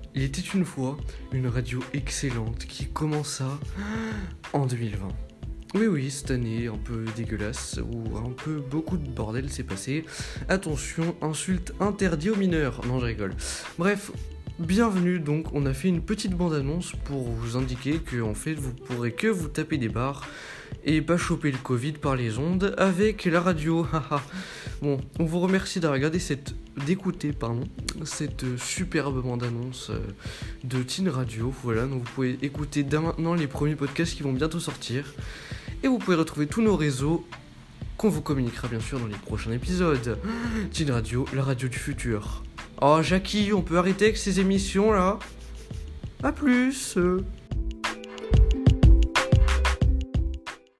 Il était une fois une radio excellente qui commença en 2020. Oui, cette année un peu dégueulasse, où un peu beaucoup de bordel s'est passé. Attention, insulte interdit aux mineurs. Non, je rigole. Bref, bienvenue donc, on a fait une petite bande-annonce pour vous indiquer que en fait vous pourrez que vous taper des barres et pas choper le Covid par les ondes avec la radio. Bon, on vous remercie d'écouter cette superbe bande-annonce de Teen Radio. Voilà, donc vous pouvez écouter dès maintenant les premiers podcasts qui vont bientôt sortir. Et vous pouvez retrouver tous nos réseaux qu'on vous communiquera bien sûr dans les prochains épisodes. Teen Radio, la radio du futur. Oh Jackie, on peut arrêter avec ces émissions là ? A plus